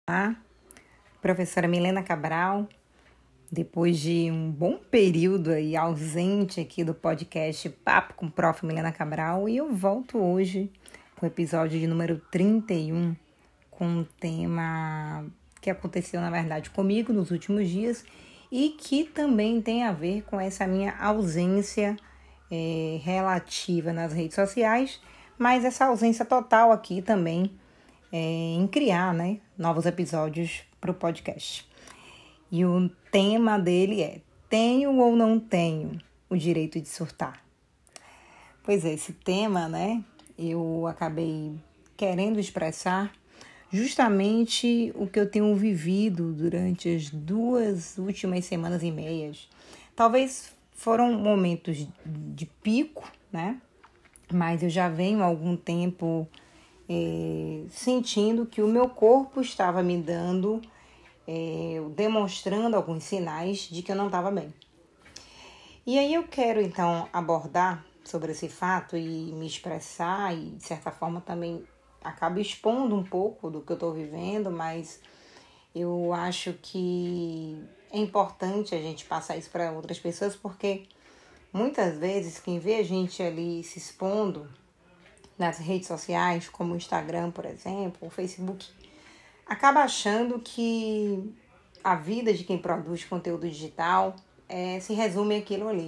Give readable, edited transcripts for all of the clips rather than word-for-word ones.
Olá, professora Milena Cabral. Depois de um bom período aí ausente aqui do podcast Papo com Prof. Milena Cabral, e eu volto hoje com o episódio de número 31, com um tema que aconteceu, na verdade, comigo nos últimos dias e que também tem a ver com essa minha ausência relativa nas redes sociais, mas essa ausência total aqui também em criar, novos episódios para o podcast. E o tema dele é: tenho ou não tenho o direito de surtar? Pois é, esse tema, eu acabei querendo expressar justamente o que eu tenho vivido durante as 2 últimas semanas e meias. Talvez foram momentos de pico, mas eu já venho há algum tempo sentindo que o meu corpo estava me dando, demonstrando alguns sinais de que eu não estava bem. E aí eu quero então abordar sobre esse fato e me expressar e de certa forma também acabo expondo um pouco do que eu estou vivendo, mas eu acho que é importante a gente passar isso para outras pessoas, porque muitas vezes quem vê a gente ali se expondo nas redes sociais, como o Instagram, por exemplo, o Facebook, acaba achando que a vida de quem produz conteúdo digital se resume àquilo ali.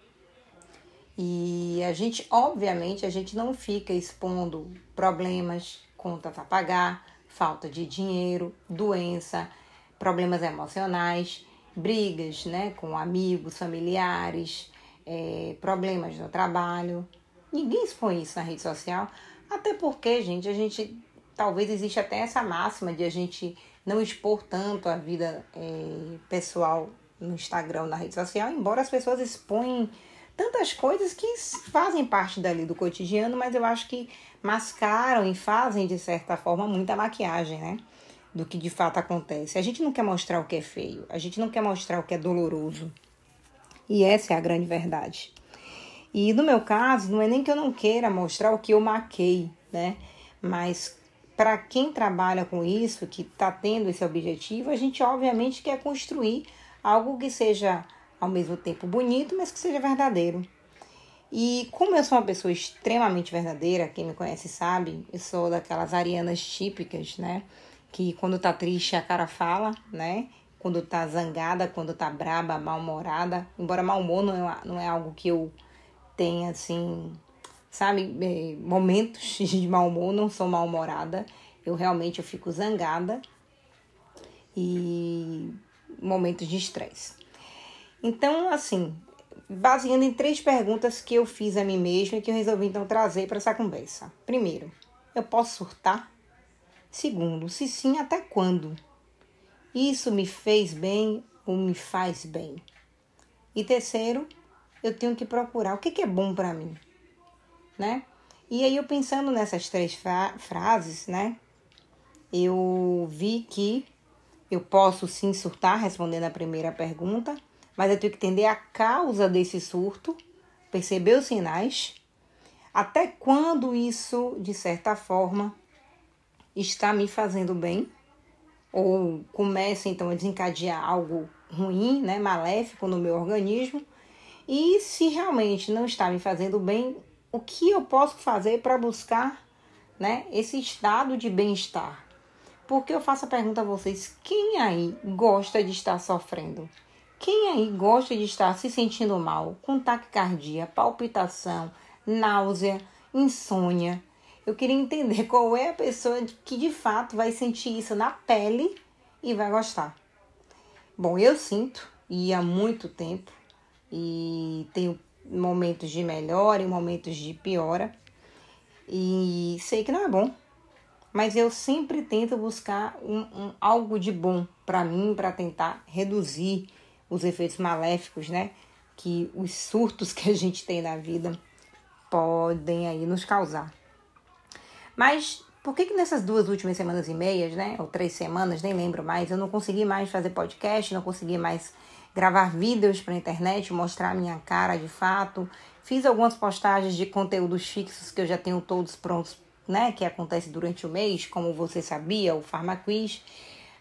E obviamente, a gente não fica expondo problemas, contas a pagar, falta de dinheiro, doença, problemas emocionais, brigas, com amigos, familiares, problemas no trabalho. Ninguém expõe isso na rede social, até porque, talvez exista até essa máxima de a gente não expor tanto a vida pessoal no Instagram, na rede social, embora as pessoas exponham tantas coisas que fazem parte dali do cotidiano, mas eu acho que mascaram e fazem, de certa forma, muita maquiagem, do que de fato acontece. A gente não quer mostrar o que é feio, a gente não quer mostrar o que é doloroso. E essa é a grande verdade. E no meu caso, não é nem que eu não queira mostrar o que eu maquei, mas para quem trabalha com isso, que está tendo esse objetivo, a gente obviamente quer construir algo que seja ao mesmo tempo bonito, mas que seja verdadeiro. E como eu sou uma pessoa extremamente verdadeira, quem me conhece sabe, eu sou daquelas arianas típicas, que quando tá triste a cara fala, quando tá zangada, quando tá braba, mal-humorada, embora mau humor não é algo que eu tenha, assim, momentos de mau humor, não sou mal-humorada, eu fico zangada e momentos de estresse. Então, assim, baseando em 3 perguntas que eu fiz a mim mesma e que eu resolvi, então, trazer para essa conversa. Primeiro, eu posso surtar? Segundo, se sim, até quando? Isso me fez bem ou me faz bem? E terceiro, eu tenho que procurar o que é bom para mim, E aí, eu pensando nessas 3 frases, eu vi que eu posso sim surtar, respondendo a primeira pergunta, mas eu tenho que entender a causa desse surto, perceber os sinais, até quando isso, de certa forma, está me fazendo bem, ou começa então a desencadear algo ruim, maléfico no meu organismo, e se realmente não está me fazendo bem, o que eu posso fazer para buscar, esse estado de bem-estar? Porque eu faço a pergunta a vocês: quem aí gosta de estar sofrendo? Quem aí gosta de estar se sentindo mal, com taquicardia, palpitação, náusea, insônia? Eu queria entender qual é a pessoa que de fato vai sentir isso na pele e vai gostar. Bom, eu sinto, e há muito tempo, e tenho momentos de melhora e momentos de piora, e sei que não é bom, mas eu sempre tento buscar algo de bom para mim, para tentar reduzir os efeitos maléficos, que os surtos que a gente tem na vida podem aí nos causar. Mas por que nessas 2 últimas semanas e meias, ou 3 semanas, nem lembro mais, eu não consegui mais fazer podcast, não consegui mais gravar vídeos para a internet, mostrar a minha cara de fato. Fiz algumas postagens de conteúdos fixos que eu já tenho todos prontos, que acontece durante o mês, como você sabia, o PharmaQuiz.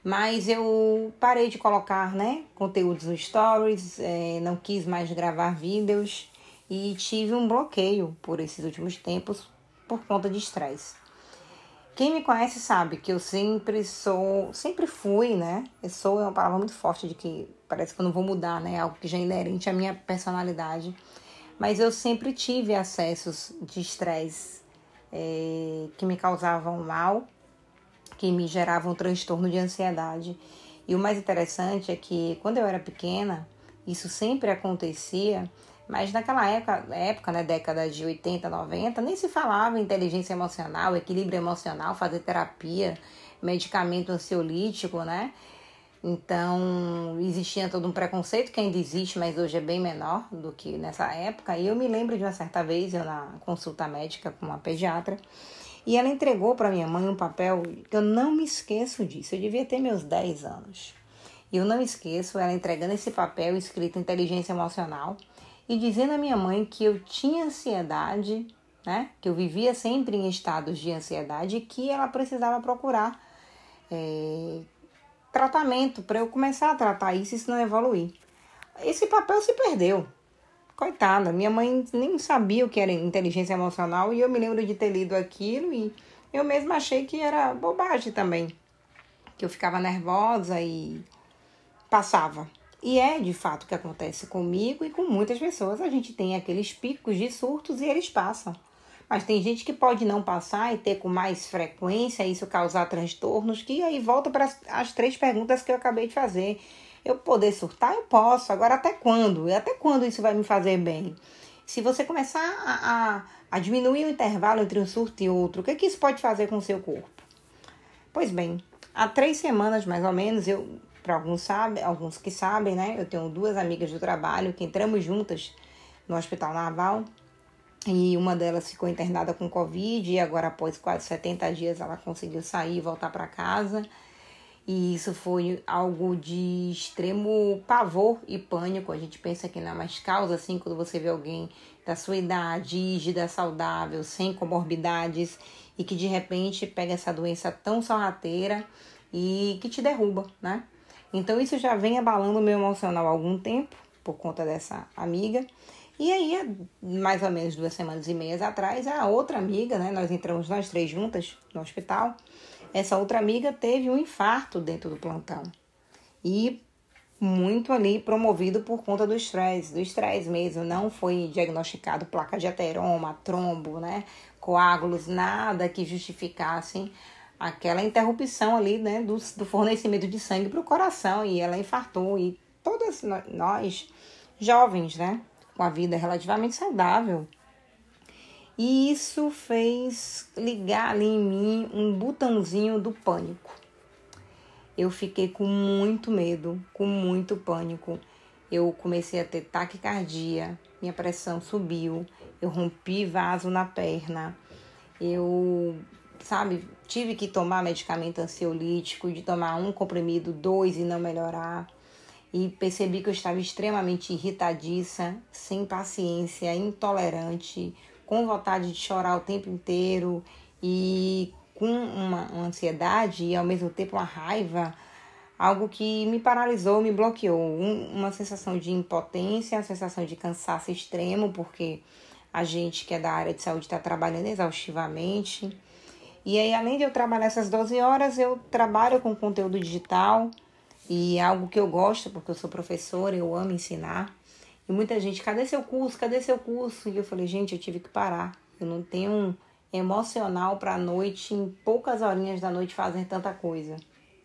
Mas eu parei de colocar, né, conteúdos no Stories, não quis mais gravar vídeos e tive um bloqueio por esses últimos tempos por conta de estresse. Quem me conhece sabe que eu sempre fui, né? É uma palavra muito forte de que parece que eu não vou mudar, né? Algo que já é inerente à minha personalidade. Mas eu sempre tive acessos de estresse que me causavam mal, que me geravam transtorno de ansiedade. E o mais interessante é que quando eu era pequena, isso sempre acontecia, mas naquela época, né, década de 80, 90, nem se falava em inteligência emocional, equilíbrio emocional, fazer terapia, medicamento ansiolítico, né? Então, existia todo um preconceito, que ainda existe, mas hoje é bem menor do que nessa época. E eu me lembro de uma certa vez, eu na consulta médica com uma pediatra, e ela entregou para minha mãe um papel que eu não me esqueço disso. Eu devia ter meus 10 anos. E eu não esqueço ela entregando esse papel escrito inteligência emocional e dizendo à minha mãe que eu tinha ansiedade, né? Que eu vivia sempre em estados de ansiedade e que ela precisava procurar tratamento para eu começar a tratar isso e se não evoluir. Esse papel se perdeu. Coitada, minha mãe nem sabia o que era inteligência emocional e eu me lembro de ter lido aquilo e eu mesma achei que era bobagem também. Que eu ficava nervosa e passava. E é de fato o que acontece comigo e com muitas pessoas. A gente tem aqueles picos de surtos e eles passam. Mas tem gente que pode não passar e ter com mais frequência, isso causar transtornos, que aí volta para as 3 perguntas que eu acabei de fazer. Eu poder surtar, eu posso. Agora, até quando? E até quando isso vai me fazer bem? Se você começar a diminuir o intervalo entre um surto e outro, o que isso pode fazer com o seu corpo? Pois bem, há 3 semanas, mais ou menos, para alguns que sabem, né? Eu tenho 2 amigas do trabalho que entramos juntas no Hospital Naval. E uma delas ficou internada com Covid e agora, após quase 70 dias, ela conseguiu sair e voltar para casa. E isso foi algo de extremo pavor e pânico. A gente pensa que não é mais causa, assim, quando você vê alguém da sua idade, rígida, saudável, sem comorbidades, e que de repente pega essa doença tão sorrateira e que te derruba, né? Então isso já vem abalando o meu emocional há algum tempo, por conta dessa amiga. E aí, mais ou menos 2 semanas e meia atrás, a outra amiga, né? Nós entramos nós 3 juntas no hospital. Essa outra amiga teve um infarto dentro do plantão. E muito ali promovido por conta do estresse mesmo. Não foi diagnosticado placa de ateroma, trombo, né? Coágulos, nada que justificassem aquela interrupção ali, né? Do fornecimento de sangue para o coração. E ela infartou. E todas nós, jovens, né? Com a vida relativamente saudável. E isso fez ligar ali em mim um botãozinho do pânico. Eu fiquei com muito medo, com muito pânico. Eu comecei a ter taquicardia, minha pressão subiu, eu rompi vaso na perna. Eu, tive que tomar medicamento ansiolítico, de tomar 1 comprimido, 2 e não melhorar. E percebi que eu estava extremamente irritadiça, sem paciência, intolerante, com vontade de chorar o tempo inteiro e com uma ansiedade e ao mesmo tempo uma raiva, algo que me paralisou, me bloqueou. Uma sensação de impotência, uma sensação de cansaço extremo, porque a gente que é da área de saúde está trabalhando exaustivamente. E aí, além de eu trabalhar essas 12 horas, eu trabalho com conteúdo digital e é algo que eu gosto, porque eu sou professora, eu amo ensinar. E muita gente, cadê seu curso? Cadê seu curso? E eu falei, gente, eu tive que parar. Eu não tenho um emocional para a noite, em poucas horinhas da noite, fazer tanta coisa.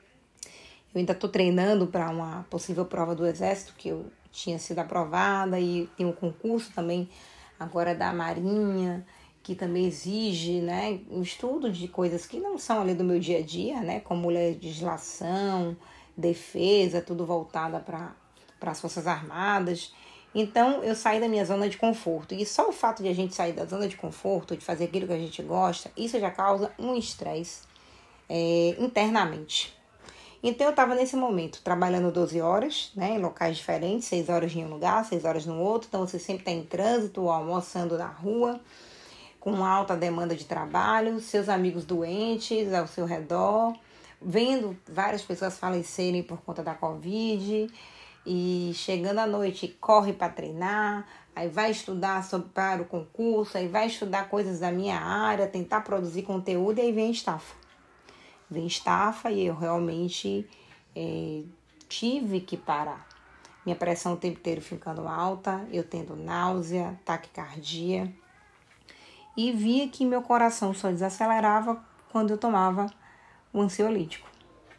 Eu ainda estou treinando para uma possível prova do Exército, que eu tinha sido aprovada, e tem um concurso também agora da Marinha, que também exige, né, um estudo de coisas que não são ali do meu dia a dia, né, como legislação, defesa, tudo voltada para as Forças Armadas. Então, eu saí da minha zona de conforto. E só o fato de a gente sair da zona de conforto, de fazer aquilo que a gente gosta, isso já causa um estresse internamente. Então, eu estava nesse momento, trabalhando 12 horas, né, em locais diferentes, 6 horas em um lugar, 6 horas no outro. Então, você sempre está em trânsito, almoçando na rua, com alta demanda de trabalho, seus amigos doentes ao seu redor, vendo várias pessoas falecerem por conta da Covid, e chegando à noite corre para treinar, aí vai estudar para o concurso, aí vai estudar coisas da minha área, tentar produzir conteúdo, e aí vem estafa. Vem estafa e eu realmente tive que parar. Minha pressão o tempo inteiro ficando alta, eu tendo náusea, taquicardia. E via que meu coração só desacelerava quando eu tomava o ansiolítico.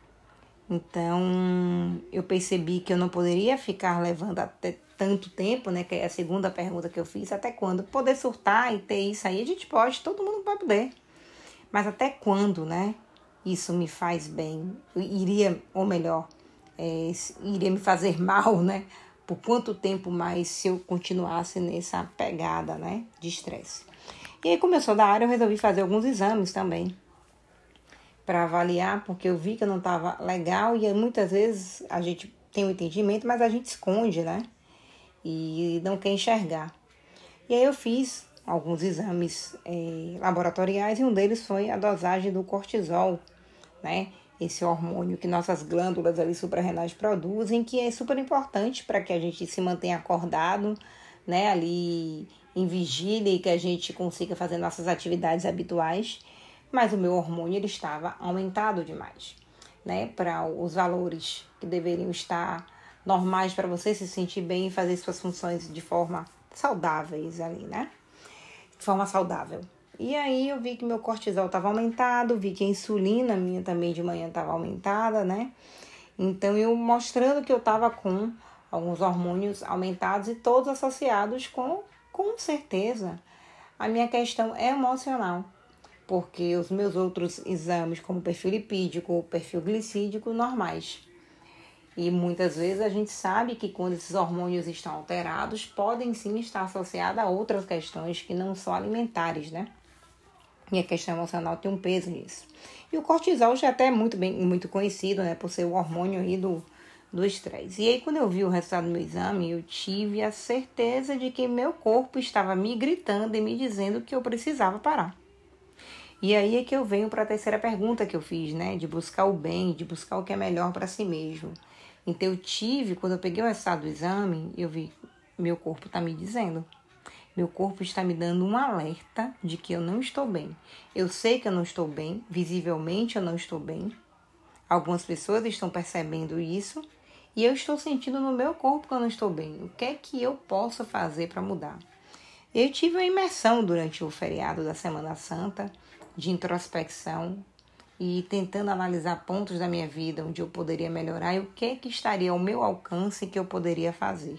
Então, eu percebi que eu não poderia ficar levando até tanto tempo, né? Que é a segunda pergunta que eu fiz. Até quando? Poder surtar e ter isso aí, a gente pode, todo mundo vai poder. Mas até quando, né? Isso me faz bem? Iria, ou melhor, iria me fazer mal, né? Por quanto tempo mais se eu continuasse nessa pegada, né? De estresse. E aí, como eu sou da área, eu resolvi fazer alguns exames também para avaliar, porque eu vi que eu não estava legal e muitas vezes a gente tem um entendimento, mas a gente esconde, né? E não quer enxergar. E aí eu fiz alguns exames laboratoriais e um deles foi a dosagem do cortisol, né? Esse hormônio que nossas glândulas ali suprarrenais produzem, que é super importante para que a gente se mantenha acordado, né? Ali em vigília e que a gente consiga fazer nossas atividades habituais. Mas o meu hormônio ele estava aumentado demais, né? Para os valores que deveriam estar normais para você se sentir bem e fazer suas funções de forma saudáveis ali, né? De forma saudável. E aí eu vi que meu cortisol estava aumentado, vi que a insulina minha também de manhã estava aumentada, né? Então eu mostrando que eu estava com alguns hormônios aumentados e todos associados com certeza, a minha questão é emocional. Porque os meus outros exames, como perfil lipídico, perfil glicídico, normais. E muitas vezes a gente sabe que quando esses hormônios estão alterados, podem sim estar associados a outras questões que não são alimentares, né? E a questão emocional tem um peso nisso. E o cortisol já é até muito conhecido, né? Por ser o hormônio aí do estresse. E aí quando eu vi o resultado do meu exame, eu tive a certeza de que meu corpo estava me gritando e me dizendo que eu precisava parar. E aí é que eu venho para a terceira pergunta que eu fiz, né? De buscar o bem, de buscar o que é melhor para si mesmo. Então quando eu peguei o resultado do exame, eu vi, meu corpo está me dizendo. Meu corpo está me dando um alerta de que eu não estou bem. Eu sei que eu não estou bem, visivelmente eu não estou bem. Algumas pessoas estão percebendo isso e eu estou sentindo no meu corpo que eu não estou bem. O que é que eu posso fazer para mudar? Eu tive uma imersão durante o feriado da Semana Santa, de introspecção e tentando analisar pontos da minha vida onde eu poderia melhorar e o que estaria ao meu alcance que eu poderia fazer.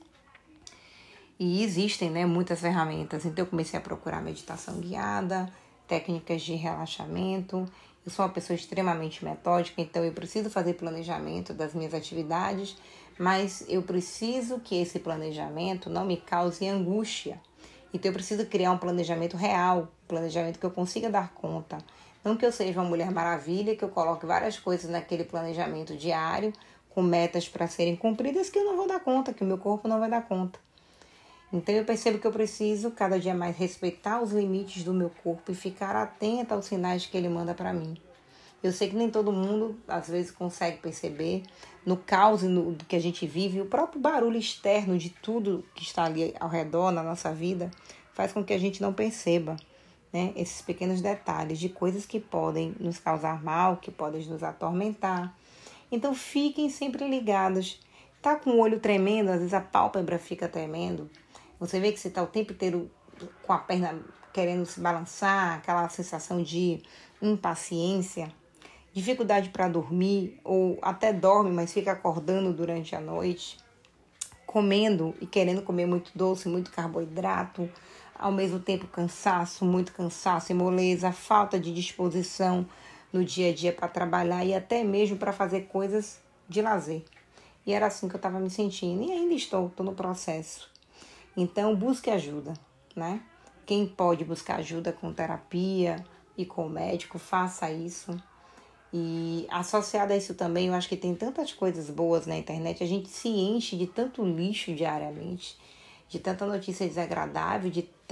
E existem, né, muitas ferramentas, então eu comecei a procurar meditação guiada, técnicas de relaxamento. Eu sou uma pessoa extremamente metódica, então eu preciso fazer planejamento das minhas atividades, mas eu preciso que esse planejamento não me cause angústia. Então eu preciso criar um planejamento real, um planejamento que eu consiga dar conta. Não que eu seja uma mulher maravilha, que eu coloque várias coisas naquele planejamento diário, com metas para serem cumpridas que eu não vou dar conta, que o meu corpo não vai dar conta. Então eu percebo que eu preciso cada dia mais respeitar os limites do meu corpo e ficar atenta aos sinais que ele manda para mim. Eu sei que nem todo mundo, às vezes, consegue perceber no caos do que a gente vive, o próprio barulho externo de tudo que está ali ao redor na nossa vida faz com que a gente não perceba, né, esses pequenos detalhes de coisas que podem nos causar mal, que podem nos atormentar. Então, fiquem sempre ligados. Tá com o olho tremendo, às vezes a pálpebra fica tremendo. Você vê que você está o tempo inteiro com a perna querendo se balançar, aquela sensação de impaciência, dificuldade para dormir, ou até dorme, mas fica acordando durante a noite, comendo e querendo comer muito doce, muito carboidrato, ao mesmo tempo muito cansaço e moleza, falta de disposição no dia a dia para trabalhar e até mesmo para fazer coisas de lazer. E era assim que eu estava me sentindo e ainda estou no processo. Então, busque ajuda, né? Quem pode buscar ajuda com terapia e com o médico, faça isso. E associado a isso também, eu acho que tem tantas coisas boas na internet, a gente se enche de tanto lixo diariamente, de tanta notícia desagradável, de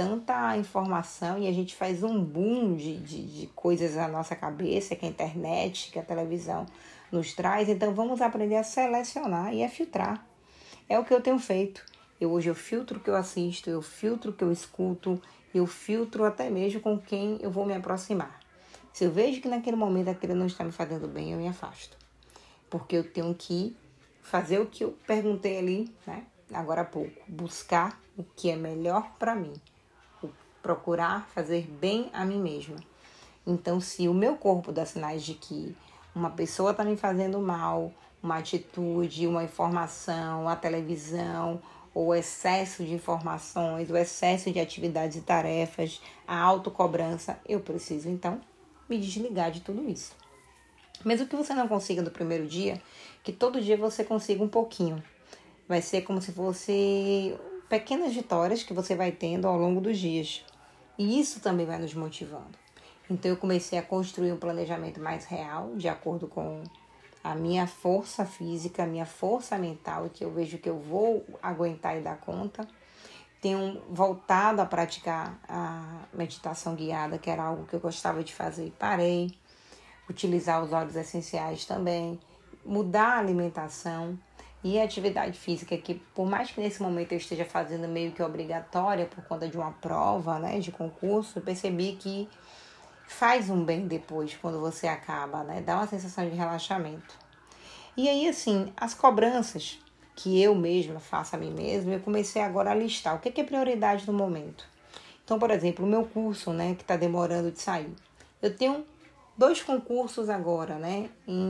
tanta informação e a gente faz um boom de coisas na nossa cabeça, que a internet, que a televisão nos traz. Então, vamos aprender a selecionar e a filtrar. É o que eu tenho feito. Hoje eu filtro o que eu assisto, eu filtro o que eu escuto, eu filtro até mesmo com quem eu vou me aproximar. Se eu vejo que naquele momento aquilo não está me fazendo bem, eu me afasto. Porque eu tenho que fazer o que eu perguntei ali, né? Agora há pouco. Buscar o que é melhor para mim. Procurar fazer bem a mim mesma. Então, se o meu corpo dá sinais de que uma pessoa está me fazendo mal, uma atitude, uma informação, a televisão, ou o excesso de informações, o excesso de atividades e tarefas, a autocobrança, eu preciso, então, me desligar de tudo isso. Mesmo que você não consiga no primeiro dia, que todo dia você consiga um pouquinho. Vai ser como se fosse pequenas vitórias que você vai tendo ao longo dos dias. E isso também vai nos motivando. Então eu comecei a construir um planejamento mais real, de acordo com a minha força física, a minha força mental, que eu vejo que eu vou aguentar e dar conta. Tenho voltado a praticar a meditação guiada, que era algo que eu gostava de fazer e parei. Utilizar os óleos essenciais também. Mudar a alimentação e a atividade física, que por mais que nesse momento eu esteja fazendo meio que obrigatória por conta de uma prova, né, de concurso, eu percebi que faz um bem depois, quando você acaba, né? Dá uma sensação de relaxamento. E aí, assim, as cobranças que eu mesma faço a mim mesma, eu comecei agora a listar o que é prioridade no momento. Então, por exemplo, o meu curso, né, que está demorando de sair. Eu tenho 2 concursos agora, né,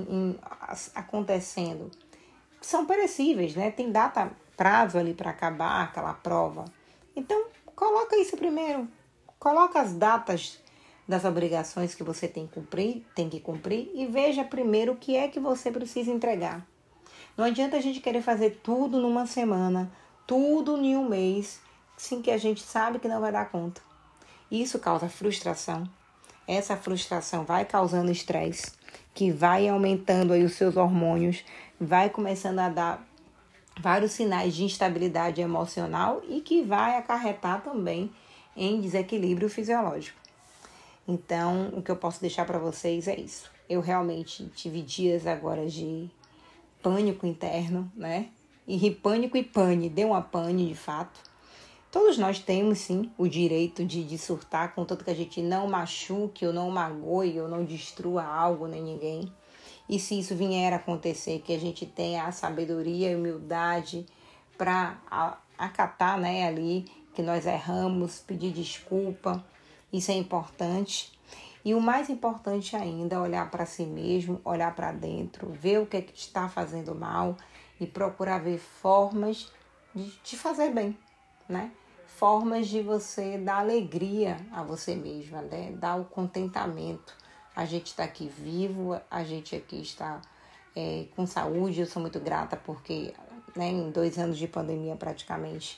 acontecendo. São perecíveis, né? Tem data, prazo ali para acabar aquela prova. Então, coloca isso primeiro. Coloca as datas das obrigações que você tem que cumprir e veja primeiro o que é que você precisa entregar. Não adianta a gente querer fazer tudo numa semana, tudo em um mês, sem que a gente sabe que não vai dar conta. Isso causa frustração. Essa frustração vai causando estresse, que vai aumentando aí os seus hormônios, vai começando a dar vários sinais de instabilidade emocional e que vai acarretar também em desequilíbrio fisiológico. Então, o que eu posso deixar para vocês é isso. Eu realmente tive dias agora de pânico interno, né? E pânico e pane, deu uma pane de fato. Todos nós temos, sim, o direito de surtar, contanto que a gente não machuque, ou não magoe, ou não destrua algo nem ninguém. E se isso vier a acontecer, que a gente tenha a sabedoria e humildade para acatar, né, ali que nós erramos, pedir desculpa. Isso é importante. E o mais importante ainda é olhar para si mesmo, olhar para dentro, ver o que é que está fazendo mal e procurar ver formas de te fazer bem, né? Formas de você dar alegria a você mesma, né? Dar o contentamento. A gente está aqui vivo, a gente aqui está com saúde. Eu sou muito grata porque, né, em 2 anos de pandemia praticamente,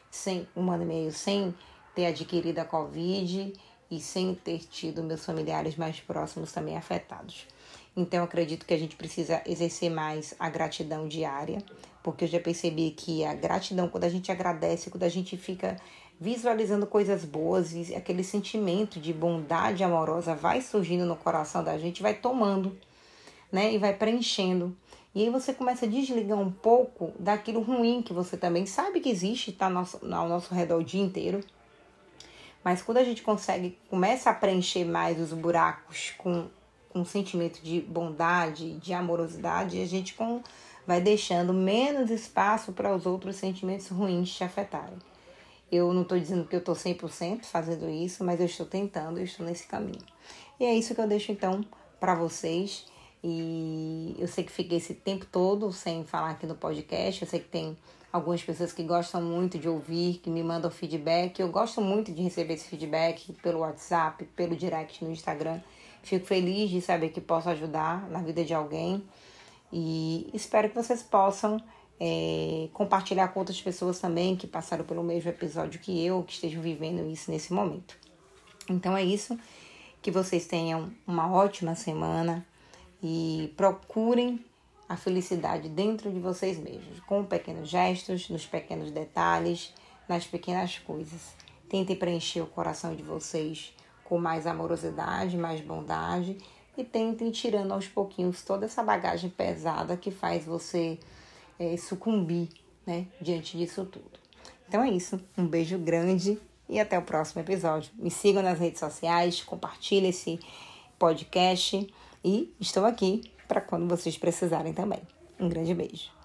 1 ano e meio sem ter adquirido a Covid e sem ter tido meus familiares mais próximos também afetados. Então, eu acredito que a gente precisa exercer mais a gratidão diária, porque eu já percebi que a gratidão, quando a gente agradece, quando a gente fica visualizando coisas boas, e aquele sentimento de bondade amorosa vai surgindo no coração da gente, vai tomando, né, e vai preenchendo. E aí você começa a desligar um pouco daquilo ruim que você também sabe que existe, está ao nosso redor o dia inteiro. Mas quando a gente começa a preencher mais os buracos com um sentimento de bondade, de amorosidade, a gente vai deixando menos espaço para os outros sentimentos ruins te afetarem. Eu não estou dizendo que eu estou 100% fazendo isso, mas eu estou tentando, eu estou nesse caminho. E é isso que eu deixo então para vocês. E eu sei que fiquei esse tempo todo sem falar aqui no podcast. Eu sei que tem algumas pessoas que gostam muito de ouvir, que me mandam feedback. Eu gosto muito de receber esse feedback pelo WhatsApp, pelo direct no Instagram. Fico feliz de saber que posso ajudar na vida de alguém. E espero que vocês possam compartilhar com outras pessoas também que passaram pelo mesmo episódio que eu, que estejam vivendo isso nesse momento. Então é isso. Que vocês tenham uma ótima semana e procurem a felicidade dentro de vocês mesmos, com pequenos gestos, nos pequenos detalhes, nas pequenas coisas. Tentem preencher o coração de vocês com mais amorosidade, mais bondade e tentem tirando aos pouquinhos toda essa bagagem pesada que faz você sucumbir, né, diante disso tudo. Então é isso. Um beijo grande e até o próximo episódio. Me sigam nas redes sociais, compartilhem esse podcast e estou aqui para quando vocês precisarem também. Um grande beijo.